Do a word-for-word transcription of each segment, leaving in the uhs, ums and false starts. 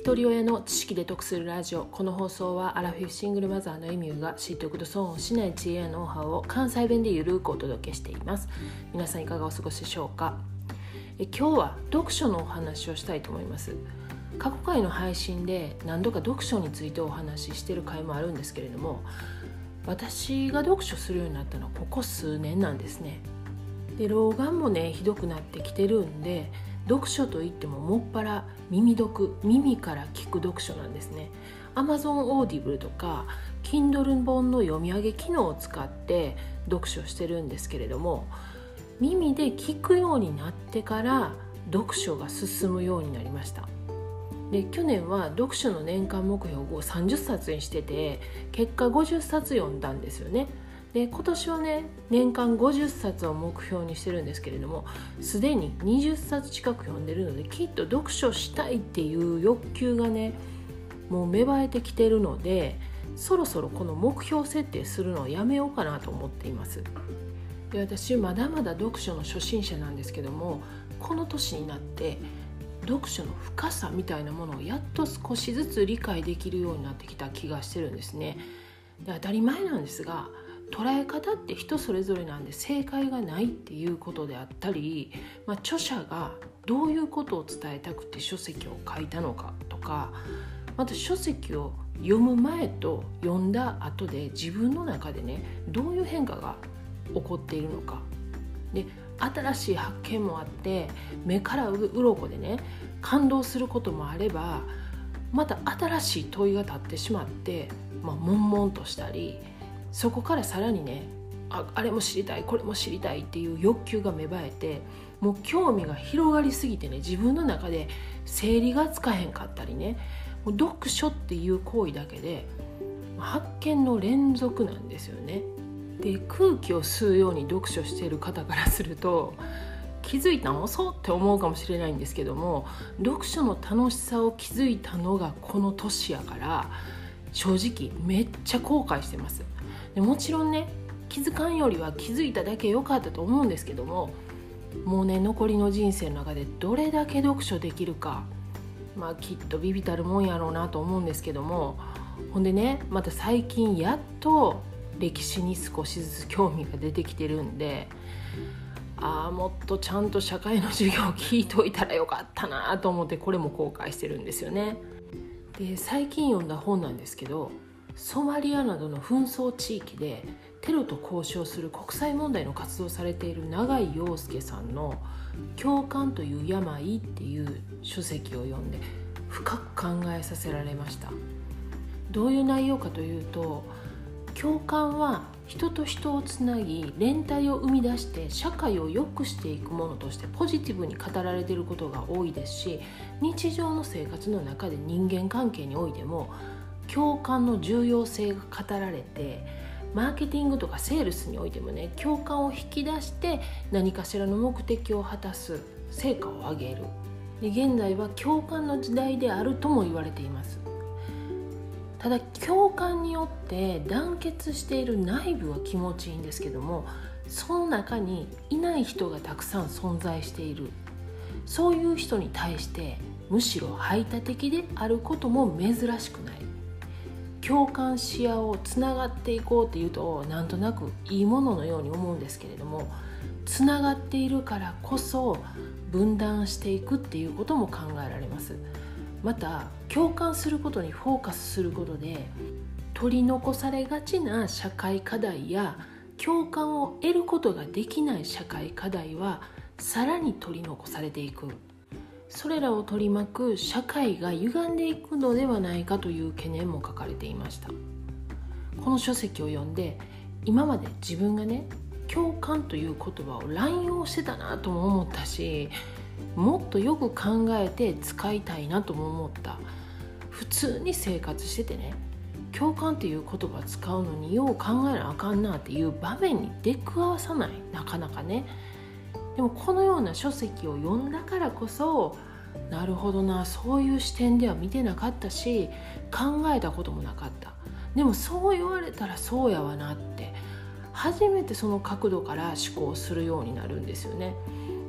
一人親の知識で得するラジオ。この放送はアラフィフシングルマザーのエミューが知っておくと損をしない知恵やノウハウを関西弁でゆるくお届けしています。皆さんいかがお過ごしでしょうか。え今日は読書のお話をしたいと思います。過去回の配信で何度か読書についてお話ししている回もあるんですけれども、私が読書するようになったのはここ数年なんですね。で老眼もねひどくなってきてるんで、読書といってももっぱら耳読、耳から聞く読書なんですね。 Amazon Audible とか Kindle 本の読み上げ機能を使って読書してるんですけれども、耳で聞くようになってから読書が進むようになりました。で去年は読書の年間目標をさんじゅっさつにしてて、結果ごじゅっさつ読んだんですよね。で今年はね年間ごじゅっさつを目標にしてるんですけれども、すでににじゅっさつ近く読んでるので、きっと読書したいっていう欲求がねもう芽生えてきてるので、そろそろこの目標設定するのをやめようかなと思っています。で私まだまだ読書の初心者なんですけども、この年になって読書の深さみたいなものをやっと少しずつ理解できるようになってきた気がしてるんですね。で当たり前なんですが、捉え方って人それぞれなんで正解がないっていうことであったり、まあ、著者がどういうことを伝えたくて書籍を書いたのかとか、また書籍を読む前と読んだ後で自分の中でねどういう変化が起こっているのかで、新しい発見もあって目からう鱗でね感動することもあれば、また新しい問いが立ってしまって、まあ、悶々としたり、そこからさらにね あ, あれも知りたいこれも知りたいっていう欲求が芽生えて、もう興味が広がりすぎてね自分の中で整理がつかへんかったりね、もう読書っていう行為だけで発見の連続なんですよね。で空気を吸うように読書している方からすると気づいたの遅って思うかもしれないんですけども、読書の楽しさを気づいたのがこの年やから、正直めっちゃ後悔してます。でもちろんね気づかんよりは気づいただけ良かったと思うんですけども、もうね残りの人生の中でどれだけ読書できるか、まあきっと微々たるもんやろうなと思うんですけども、ほんでねまた最近やっと歴史に少しずつ興味が出てきてるんで、ああもっとちゃんと社会の授業を聞いといたらよかったなと思って、これも後悔してるんですよね。で最近読んだ本なんですけど、ソマリアなどの紛争地域でテロと交渉する国際問題の活動をされている永井陽介さんの共感という病っていう書籍を読んで深く考えさせられました。どういう内容かというと、共感は人と人をつなぎ連帯を生み出して社会を良くしていくものとしてポジティブに語られていることが多いですし、日常の生活の中で人間関係においても共感の重要性が語られて、マーケティングとかセールスにおいてもね共感を引き出して何かしらの目的を果たす、成果を上げる。で現在は共感の時代であるとも言われています。ただ共感によって団結している内部は気持ちいいんですけども、その中にいない人がたくさん存在している。そういう人に対してむしろ排他的であることも珍しくない。共感し合おう、つながっていこうっていうとなんとなくいいもののように思うんですけれども、つながっているからこそ分断していくっていうことも考えられます。また共感することにフォーカスすることで取り残されがちな社会課題や共感を得ることができない社会課題はさらに取り残されていく。それらを取り巻く社会が歪んでいくのではないかという懸念も書かれていました。この書籍を読んで今まで自分がね共感という言葉を乱用してたなとも思ったし、もっとよく考えて使いたいなとも思った。普通に生活しててね共感っていう言葉使うのによう考えなあかんなっていう場面に出くわさない、なかなかね。でもこのような書籍を読んだからこそ、なるほどな、そういう視点では見てなかったし考えたこともなかった。でもそう言われたらそうやわなって、初めてその角度から思考するようになるんですよね。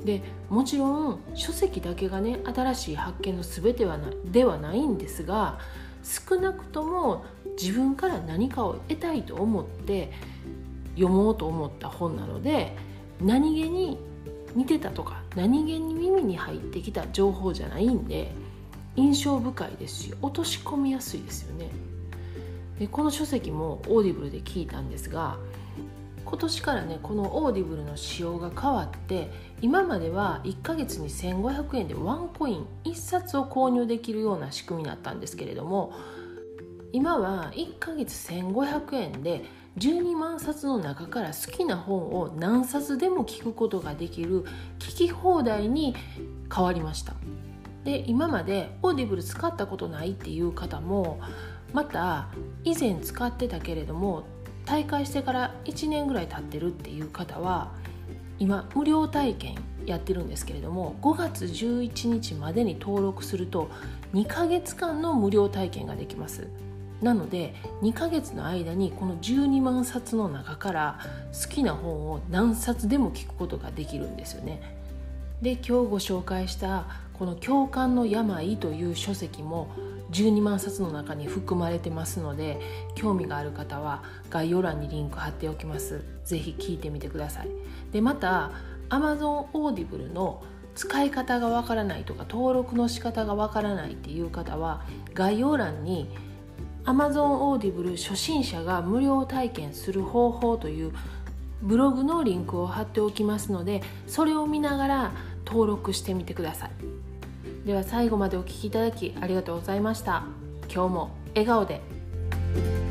でもちろん書籍だけがね新しい発見の全てはなではないんですが、少なくとも自分から何かを得たいと思って読もうと思った本なので、何気に見てたとか何気に耳に入ってきた情報じゃないんで印象深いですし、落とし込みやすいですよね。でこの書籍もオーディブルで聞いたんですが、今年からねこのオーディブルの仕様が変わって、今まではいっかげつにせんごひゃくえんでワンコインいっさつを購入できるような仕組みだったんですけれども、今はいっかげつせんごひゃくえんでじゅうにまんさつの中から好きな本を何冊でも聞くことができる聞き放題に変わりました。で今までオーディブル使ったことないっていう方も、また以前使ってたけれども退会してからいちねんぐらい経ってるっていう方は、今無料体験やってるんですけれども、ごがつじゅういちにちまでに登録するとにかげつかんの無料体験ができます。なのでにかげつの間にこのじゅうにまんさつの中から好きな本を何冊でも聞くことができるんですよね。で今日ご紹介したこの共感の病という書籍もじゅうにまんさつの中に含まれてますので、興味がある方は概要欄にリンク貼っておきます。ぜひ聞いてみてください。でまた Amazon Audible の使い方がわからないとか登録の仕方がわからないっていう方は、概要欄に Amazon Audible 初心者が無料体験する方法というブログのリンクを貼っておきますので、それを見ながら登録してみてください。では最後までお聞きいただきありがとうございました。今日も笑顔で。